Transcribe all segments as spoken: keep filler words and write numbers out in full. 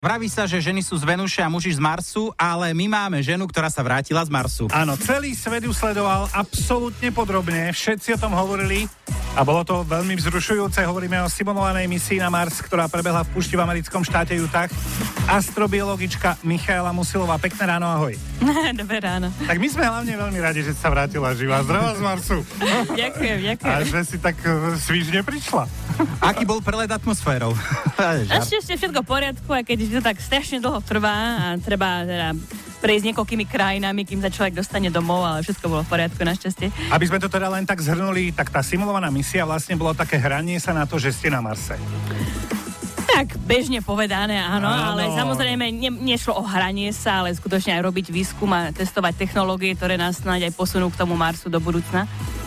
Vraví sa, že ženy sú z Venuše a muži z Marsu, ale my máme ženu, ktorá sa vrátila z Marsu. Áno, celý svet ju sledoval absolútne podrobne, všetci o tom hovorili a bolo to veľmi vzrušujúce. Hovoríme o simulovanej misii na Mars, ktorá prebehla v púšti v americkom štáte Utah. Astrobiologička Michaela Musilová, pekné ráno, ahoj. Dobré ráno. Tak my sme hlavne veľmi radi, že sa vrátila živá, zdravá z Marsu. Ďakujem, ďakujem. A že si tak svížne prišla. Aký bol prelet atmosférou? Našťastie všetko v poriadku, aj keď to tak strašne dlho trvá a treba teda prejsť niekoľkými krajinami, kým sa človek dostane domov, ale všetko bolo v poriadku, našťastie. Aby sme to teda len tak zhrnuli, tak tá simulovaná misia vlastne bolo také hranie sa na to, že ste na Marse. Tak bežne povedané, áno, áno. ale samozrejme ne, nešlo o hranie sa, ale skutočne aj robiť výskum a testovať technológie, ktoré nás snáď aj posunú k tomu Marsu do budúcna.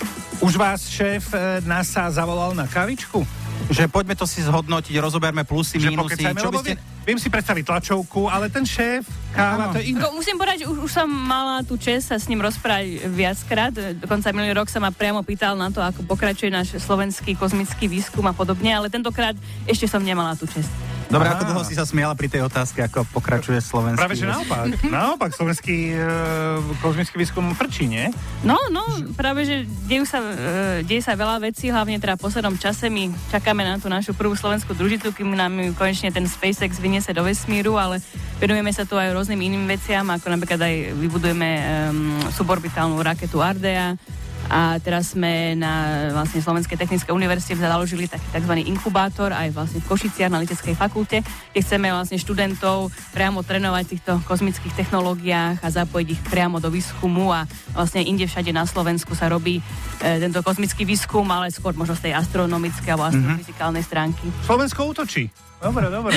Už vás šéf NASA zavolal na kavičku? Že poďme to si zhodnotiť, rozoberme plusy, Že mínusy. pokecajme, Čo by ste... Viem si predstaviť tlačovku, ale ten šéf, káva, Áno. to je iné. Musím povedať, že už, už som mala tú čest sa s ním rozprávať viackrát. Dokonca minulý rok sa ma priamo pýtal na to, ako pokračuje náš slovenský kozmický výskum a podobne, ale tentokrát ešte som nemala tú čest. Dobre, Aha. ako dlho si sa smiala pri tej otázke, ako pokračuje slovenský... Práve že naopak, naopak, slovenský e, kozmický výskum frčí, nie? No, no, práve, že dejú sa, e, deje sa veľa vecí, hlavne teda v poslednom čase. My čakáme na tú našu prvú slovenskú družicu, kým nám ju konečne ten SpaceX vyniesie do vesmíru, ale venujeme sa tu aj rôznym iným veciam, ako napríklad aj vybudujeme um, suborbitálnu raketu Ardea. A teraz sme na vlastne Slovenskej technickej univerzite založili taký tzv. Inkubátor aj vlastne v Košiciach na leteckej fakulte, kde chceme vlastne študentov priamo trénovať v týchto kozmických technológiách a zapojiť ich priamo do výskumu a vlastne inde všade na Slovensku sa robí e, tento kozmický výskum, ale skôr možno z tej astronomickej alebo astrofyzikálnej stránky. Slovensko útočí. Dobre, dobre.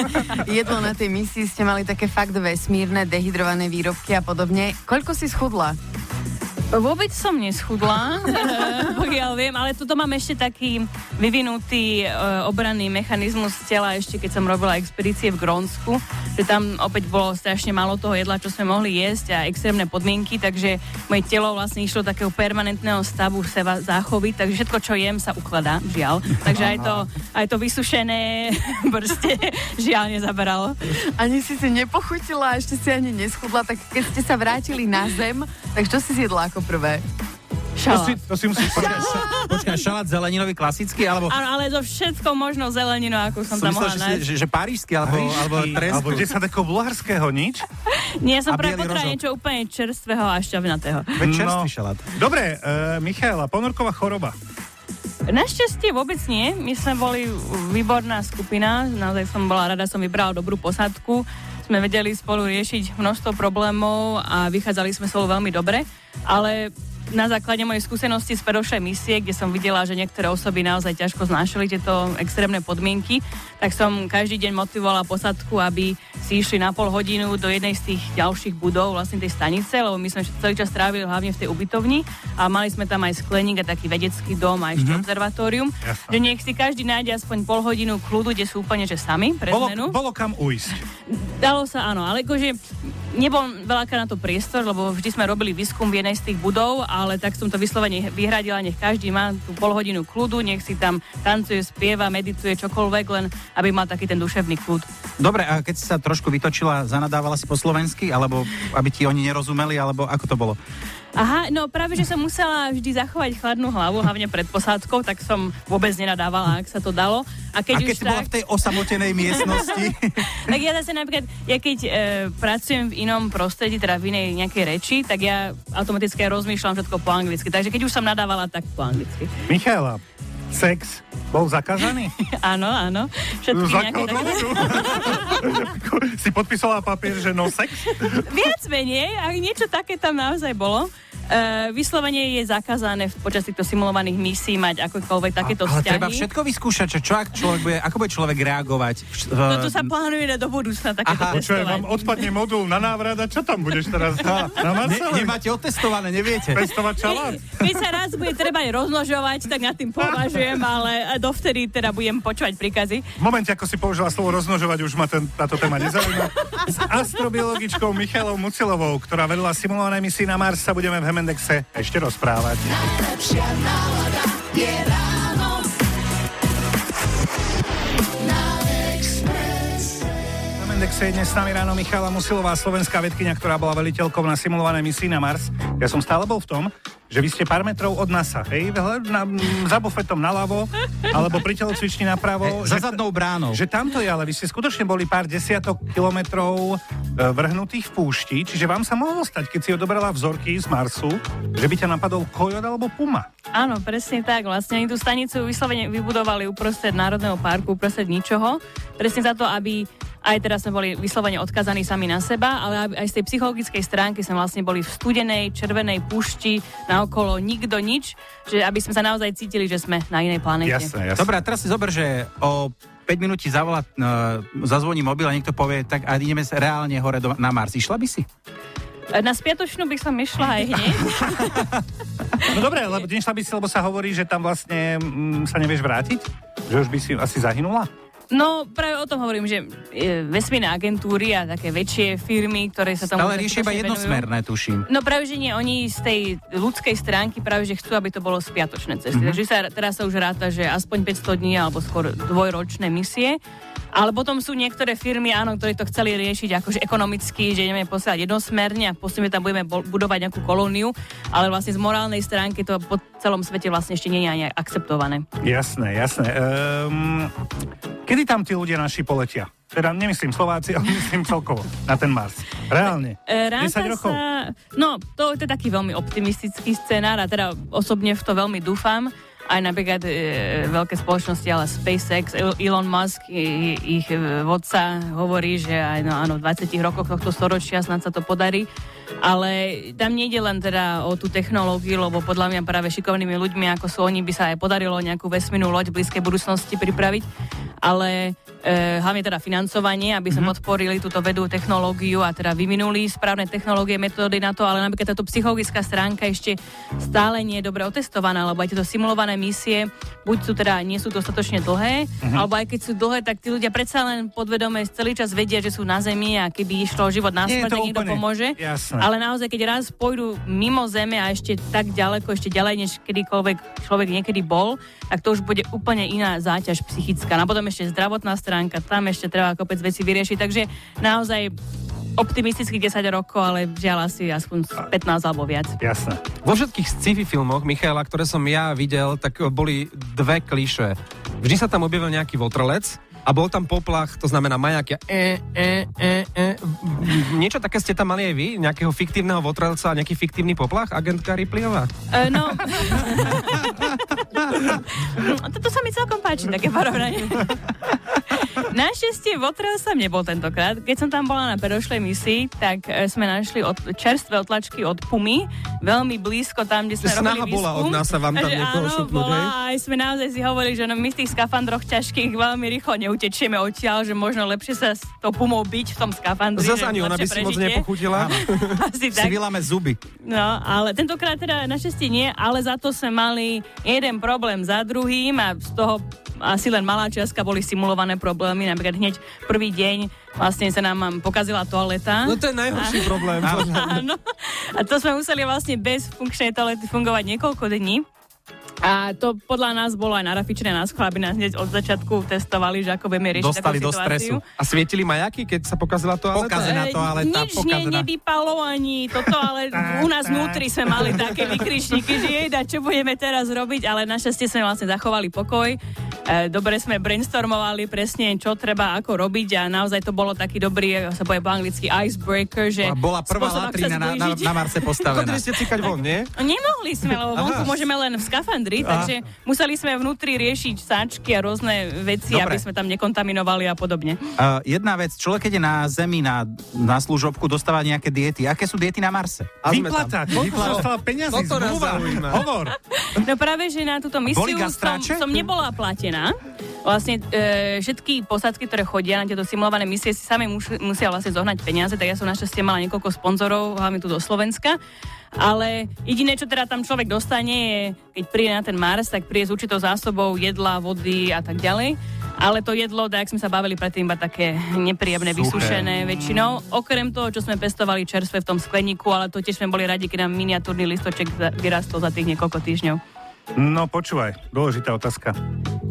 Jedlo na tej misii ste mali také fakt vesmírne, dehydrované výrobky a podobne. Koľko si schudla? Vôbec som neschudla, pokiaľ viem, ale tuto mám ešte taký vyvinutý e, obranný mechanizmus tela, ešte keď som robila expedície v Grónsku, že tam opäť bolo strašne málo toho jedla, čo sme mohli jesť a extrémne podmienky, takže moje telo vlastne išlo takého permanentného stavu seba záchovy, takže všetko, čo jem, sa ukladá, žiaľ. Takže aj to, aj to vysušené proste žiaľ nezaberalo. Ani si si nepochutila, ešte si ani neschudla, tak keď ste sa vrátili na zem, tak čo si zjedla ako prvé? To si, to si musíš povedať. Počkaj, šalát zeleninový klasický, alebo... Áno, ale so všetkou možnou zeleninou, ako som tam mohla myslel, nájsť. že, že, že parížsky, alebo, alebo tresku. Alebo desať takého bulharského, nič? Nie, som A práve biely potrebovala rozhod. niečo úplne čerstvého a šťavnatého. Veď čerstvý šalát. Dobre, uh, Michaela, ponorková choroba. Našťastie vôbec nie. My sme boli výborná skupina. Naozaj som bola rada, som vybrala dobrú posádku. Sme vedeli spolu riešiť množstvo problémov a vychádzali sme spolu veľmi dobre. Ale na základe mojej skúsenosti z predošlej misie, kde som videla, že niektoré osoby naozaj ťažko znášali tieto extrémne podmienky, tak som každý deň motivovala posádku, aby si išli na pol hodinu do jednej z tých ďalších budov, vlastne tej stanice, lebo my sme celý čas trávili hlavne v tej ubytovni a mali sme tam aj skleník a taký vedecký dom a ešte mm-hmm. observatórium, Jasne. že nech si každý nájde aspoň pol hodinu kľudu, kde sú úplne že sami pre Bolo, zmenu. bolo kam ujsť. Dalo sa, áno, ale akože nebol veľakrát na to priestor, lebo vždy sme robili výskum v jednej z tých budov, ale tak som to vyslovene vyhradila, nech každý má tú pol hodinu kľudu, nech si tam tancuje, spieva, medituje, čokoľvek, len aby mal taký ten duševný kľud. Dobre, a keď si sa trošku vytočila, zanadávala si po slovensky, alebo aby ti oni nerozumeli, alebo ako to bolo? Aha, no práve, že som musela vždy zachovať chladnú hlavu, hlavne pred posádkou, tak som vôbec nenadávala, ak sa to dalo. A keď, a keď už si tak, bola v tej osamotenej miestnosti? tak ja zase napríklad, ja keď e, pracujem v inom prostredí, teda v inej nejakej reči, tak ja automaticky rozmýšľam všetko po anglicky. Takže keď už som nadávala, tak po anglicky. Michaela, sex bol zakázaný? Áno, áno. Všetky Za nejaké také... Si podpísala papier, že no sex? Viac menej, ak niečo také tam naozaj bolo. Uh, vyslovene je zakázané v počas týchto simulovaných misií mať akokoľvek takéto ale vzťahy. treba všetko vyskúšať, čo, čo ak človek bude, ako bude človek reagovať? V, No to sa plánuje do budúcna takéto Aha, Čo je, testovať. vám odpadne modul na návrat a čo tam budeš teraz? Na, na ne, Marse? nemáte otestované, neviete. Pestovať čalát? Keď sa raz bude treba aj rozmnožovať, tak nad tým považujem, ale dovtedy teda budem počúvať príkazy. V momente, ako si použila slovo rozmnožovať, už ma ten, táto téma nezaujíma. S astrobiologičkou Michaelou Mucilovou, ktorá vedela simulované misie na Mars, sa budeme v Hemendexe ešte rozprávať. Najlepšia nálada je ráno na Expresse. Indexe je dnes s nami ráno Michála Musilová, slovenská vedkyňa, ktorá bola veliteľkou na simulovanej misii na Mars. Ja som stále bol v tom, že vy ste pár metrov od NASA, hej, na, za bufetom naľavo, alebo pri telocvični napravo. Za zadnou bránou. Že tamto je, ale vy ste skutočne boli pár desiatok kilometrov vrhnutých v púšti, čiže vám sa mohlo stať, keď si odobrala vzorky z Marsu, že by ťa napadol kojot alebo puma. Áno, presne tak. Vlastne tú stanicu vyslovene vybudovali uprostred Národného parku, uprostred ničoho. Presne za to, aby aj teraz sme boli vyslovene odkazaní sami na seba, ale aj z tej psychologickej stránky sme vlastne boli v studenej, červenej púšti, naokolo nikto nič, že aby sme sa naozaj cítili, že sme na inej planéte. Jasné, jasné. Dobre, a teraz si zober, že o päť minút ti zavolá, uh, zazvoní mobil a niekto povie, tak a ideme sa reálne hore do, na Mars. Išla by si? Na spiatočnú by som išla aj hneď. No dobre, lebo nešla by si, lebo sa hovorí, že tam vlastne mm, sa nevieš vrátiť? Že už by si asi zahynula? No, práve o tom hovorím, že vesmírne agentúry a také väčšie firmy, ktoré sa tomu... Ale riešia iba jednosmerné, tuším. No práve, že nie, oni z tej ľudskej stránky práve, že chcú, aby to bolo spiatočné cesty. Mm-hmm. Takže sa, teraz sa už ráta, že aspoň päťsto dní alebo skôr dvojročné misie. Ale potom sú niektoré firmy, áno, ktorí to chceli riešiť akože ekonomicky, že ideme posielať jednosmerne a postupne tam budeme budovať nejakú kolóniu, ale vlastne z morálnej stránky to po celom svete vlastne ešte nie je ani akceptované. Jasné, jasné. Um, kedy tam tí ľudia naši poletia? Teda nemyslím Slováci, ale myslím celkovo na ten Mars. Reálne. E, desať rokov? Sa, no, to je taký veľmi optimistický scenár a teda osobne v to veľmi dúfam. Aj napríklad e, veľké spoločnosti, ale SpaceX, Elon Musk, i, ich vodca hovorí, že aj no, áno, v dvadsiatich rokoch tohto storočia snad sa to podarí. Ale tam nejde len teda o tú technológiu, lebo podľa mňa práve šikovnými ľuďmi, ako sú oni, by sa aj podarilo nejakú vesmírnu loď v blízkej budúcnosti pripraviť. Ale e, hlavne teda financovanie, aby sme mm-hmm. podporili túto vedu, technológiu a teda vyvinuli správne technológie, metódy na to, ale napríklad táto psychologická stránka ešte stále nie je dobre otestovaná, lebo aj tieto simulované misie, buď sú teda nie sú dostatočne dlhé, mm-hmm. alebo aj keď sú dlhé, tak tí ľudia predsa len podvedome celý čas vedia, že sú na Zemi a keby išlo život na smrť, tak niekto pomôže. Jasné. Ale naozaj, keď raz pôjdu mimo Zeme a ešte tak ďaleko, ešte ďalej, než kedykoľvek človek niekedy bol, tak to už bude úplne iná záťaž psychická. A potom ešte zdravotná stránka, tam ešte treba kopec veci vyriešiť, takže naozaj optimisticky desať rokov, ale žiaľ asi aspoň pätnásť alebo viac. Jasné. Vo všetkých sci-fi filmoch, Michaela, ktoré som ja videl, tak boli dve klišé. Vždy sa tam objavil nejaký votrelec a bol tam poplach, to znamená majakia. E, e, e, e. Niečo také ste tam mali aj vy? Nejakého fiktívneho votrelca a nejaký fiktívny poplach? Agentka Ripleyová? Uh, no. Toto sa mi celkom páči, také porovnanie. Našťastie votrel som nebol tentokrát. Keď som tam bola na predošlej misii, tak sme našli od, čerstvé otlačky od pumy, veľmi blízko tam, kde sme že robili snaha výskum. bola od nás sa vám tam niekoho šupnúť, hej? Áno, aj sme naozaj si hovorili, že no, my z tých skafandroch ťažkých veľmi rýchlo neutečieme odtiaľ, že možno lepšie sa s tou pumou byť v tom skafandri. Zas ani ona by si moc nepochutila. Asi tak. Si vyláme zuby. No, ale tentokrát teda našťastie nie, ale za to sme mali jeden problém za druhým a z toho asi len malá čiastka boli simulované problémy. Napríklad hneď prvý deň vlastne sa nám pokazila toaleta. No to je najhorší a... problém. Áno. A to sme museli vlastne bez funkčnej toalety fungovať niekoľko dní. A to podľa nás bolo aj narafičené na schvál, aby nás hneď od začiatku testovali, že ako budeme riešiť dostali takú do stresu. situáciu. A svietili majaky, keď sa pokazila toaleta? Pokazená toaleta, Nič pokazená. ne, nevypalo ani toto, ale u nás vnútri sme mali také vykričníky, že jejda, čo budeme teraz robiť, ale našťastie sme vlastne zachovali pokoj. E, dobre sme brainstormovali presne, čo treba, ako robiť a naozaj to bolo taký dobrý, ako sa povie po anglicky, icebreaker, že... A bola prvá spôsob, latrina na, na, na Marse postavená. Chodili ste cikať von, nie? Nemohli sme, lebo vonku môžeme len v skafandri, takže museli sme vnútri riešiť sáčky a rôzne veci, dobre, aby sme tam nekontaminovali a podobne. Uh, jedna vec, človek, keď je na Zemi na, na služobku, dostáva nejaké diety. Aké sú diety na Marse? Vyplatať. Koľko som dostala peniazy? Toto nás zaujíma. Hovor. No práve, že na túto misiu som, som nebola platená. Vlastne e, všetky posádky, ktoré chodia na tieto simulované misie, si sami mus, musia vlastne zohnať peniaze, tak ja som našťastie mala niekoľko sponzorov, hlavne tu do Slovenska. Ale jediné, čo teda tam človek dostane, je, keď príde na ten Mars, tak príde s určitou zásobou jedla, vody a tak ďalej. Ale to jedlo, tak sme sa bavili predtým, iba také nepríjemné, suché, vysušené väčšinou. Okrem toho, čo sme pestovali čerstvé v tom skleníku, ale to tiež sme boli radi, keď nám miniatúrny listoček vyrastol za tých niekoľko týždňov. No počúvaj, dôležitá otázka.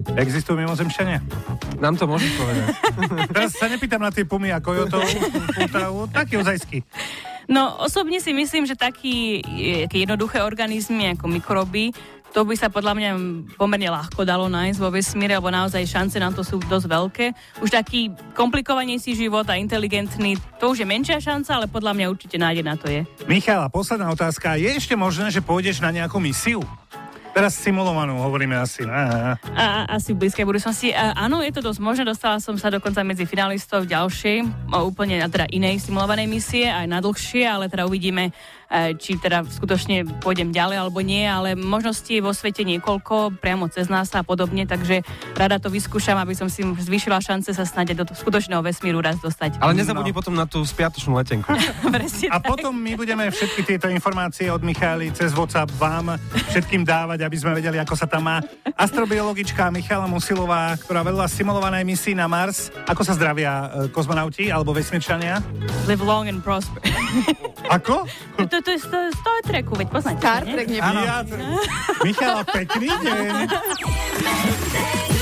Existujú mimozemšťania? Nám to môžeš povedať. Teraz sa nepýtam na tie pumy a kojotov, pútavu, taký ozajský. No, osobne si myslím, že taký jednoduché organizmy ako mikroby, to by sa podľa mňa pomerne ľahko dalo nájsť vo vesmíre, lebo naozaj šance na to sú dosť veľké. Už taký komplikovanejší život a inteligentný, to už je menšia šanca, ale podľa mňa určite nádej na to je. Michala, posledná otázka. Je ešte možné, že pôjdeš na nejakú misiu? Teraz simulovanú, hovoríme asi. Aha. A, asi v blízkej budúcnosti. A, áno, je to dosť možné. Dostala som sa dokonca medzi finalistov ďalšej, úplne na teda inej simulovanej misie, aj na dlhšie, ale teda uvidíme, či teda skutočne pôjdem ďalej alebo nie, ale možností vo svete niekoľko, priamo cez nás a podobne, takže rada to vyskúšam, aby som si zvýšila šance sa snáď do skutočného vesmíru raz dostať. Ale nezabudni No. potom na tú spiatočnú letenku. A potom my budeme všetky tieto informácie od Michaly cez WhatsApp vám všetkým dávať, aby sme vedeli, ako sa tam má. Astrobiologička Michala Musilová, ktorá vedela simulovanej misii na Mars. Ako sa zdravia e, kozmonauti alebo vesmírčania? Live long and prosper. Ako? To, to, to je Star Treku, veď poznáte. Star to, nie? Trek Áno. nebude. Michala, pekný deň.